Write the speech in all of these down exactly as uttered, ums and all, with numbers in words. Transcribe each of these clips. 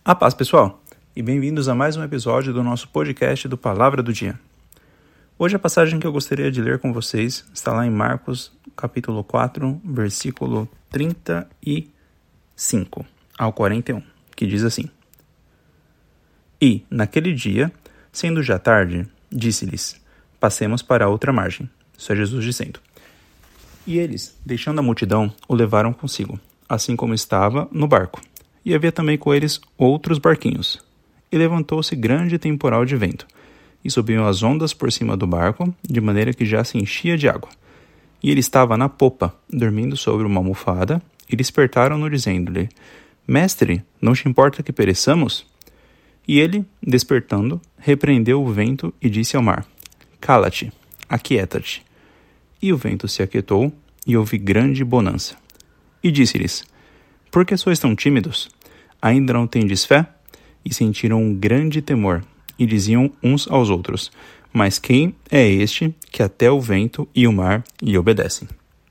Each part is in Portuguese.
A paz, pessoal, e bem-vindos a mais um episódio do nosso podcast do Palavra do Dia. Hoje a passagem que eu gostaria de ler com vocês está lá em Marcos, capítulo quatro, versículo trinta e cinco ao quarenta e um, que diz assim: E, naquele dia, sendo já tarde, disse-lhes: Passemos para a outra margem. Isso é Jesus dizendo. E eles, deixando a multidão, o levaram consigo, assim como estava no barco. E havia também com eles outros barquinhos. E levantou-se grande temporal de vento, e subiam as ondas por cima do barco, de maneira que já se enchia de água. E ele estava na popa, dormindo sobre uma almofada, e despertaram-no, dizendo-lhe: Mestre, não te importa que pereçamos? E ele, despertando, repreendeu o vento e disse ao mar: Cala-te, aquieta-te. E o vento se aquietou, e houve grande bonança. E disse-lhes: Por que sois tão tímidos? Ainda não tendes fé? E sentiram um grande temor, e diziam uns aos outros: Mas quem é este que até o vento e o mar lhe obedecem?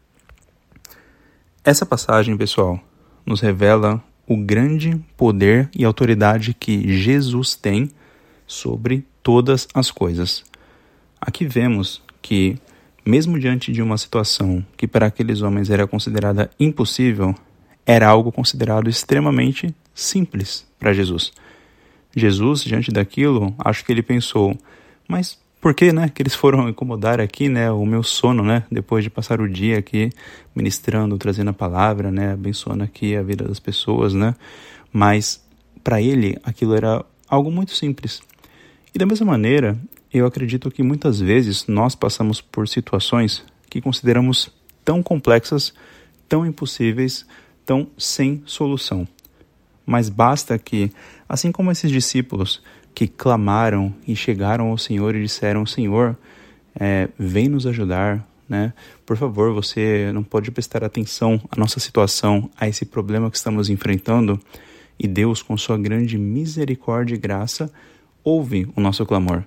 Essa passagem, pessoal, nos revela o grande poder e autoridade que Jesus tem sobre todas as coisas. Aqui vemos que, mesmo diante de uma situação que para aqueles homens era considerada impossível, era algo considerado extremamente simples para Jesus. Jesus, diante daquilo, acho que ele pensou, mas por que, né, que eles foram incomodar aqui, né, o meu sono, né, depois de passar o dia aqui ministrando, trazendo a palavra, né, abençoando aqui a vida das pessoas, né, mas para ele aquilo era algo muito simples. E da mesma maneira, eu acredito que muitas vezes nós passamos por situações que consideramos tão complexas, tão impossíveis, tão sem solução. Mas basta que, assim como esses discípulos que clamaram e chegaram ao Senhor e disseram: Senhor, é, vem nos ajudar, né? Por favor, você não pode prestar atenção à nossa situação, a esse problema que estamos enfrentando. E Deus, com sua grande misericórdia e graça, ouve o nosso clamor.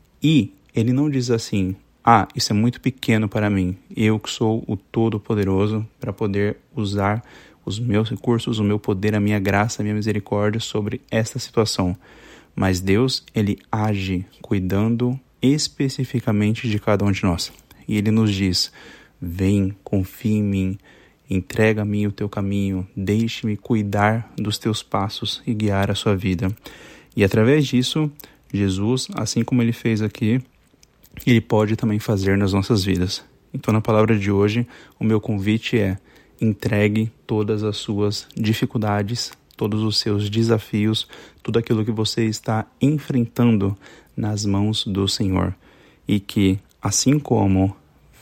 E Ele não diz assim: ah, isso é muito pequeno para mim, eu que sou o Todo-Poderoso para poder usar os meus recursos, o meu poder, a minha graça, a minha misericórdia sobre esta situação. Mas Deus, Ele age cuidando especificamente de cada um de nós. E Ele nos diz: vem, confia em mim, entrega a mim o teu caminho, deixe-me cuidar dos teus passos e guiar a sua vida. E através disso, Jesus, assim como Ele fez aqui, Ele pode também fazer nas nossas vidas. Então, na palavra de hoje, o meu convite é: entregue todas as suas dificuldades, todos os seus desafios, tudo aquilo que você está enfrentando nas mãos do Senhor. E que, assim como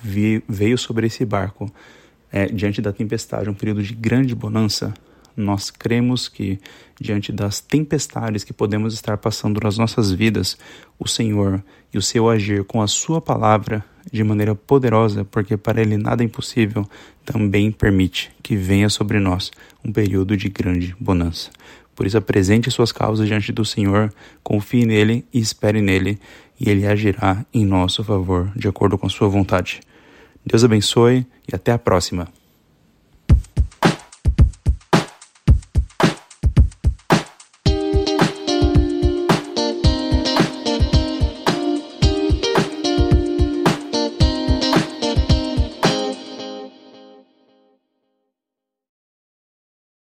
veio sobre esse barco, é, diante da tempestade, um período de grande bonança, nós cremos que, diante das tempestades que podemos estar passando nas nossas vidas, o Senhor e o seu agir com a sua palavra de maneira poderosa, porque para Ele nada é impossível, também permite que venha sobre nós um período de grande bonança. Por isso, apresente suas causas diante do Senhor, confie nele e espere nele, e Ele agirá em nosso favor, de acordo com a sua vontade. Deus abençoe e até a próxima.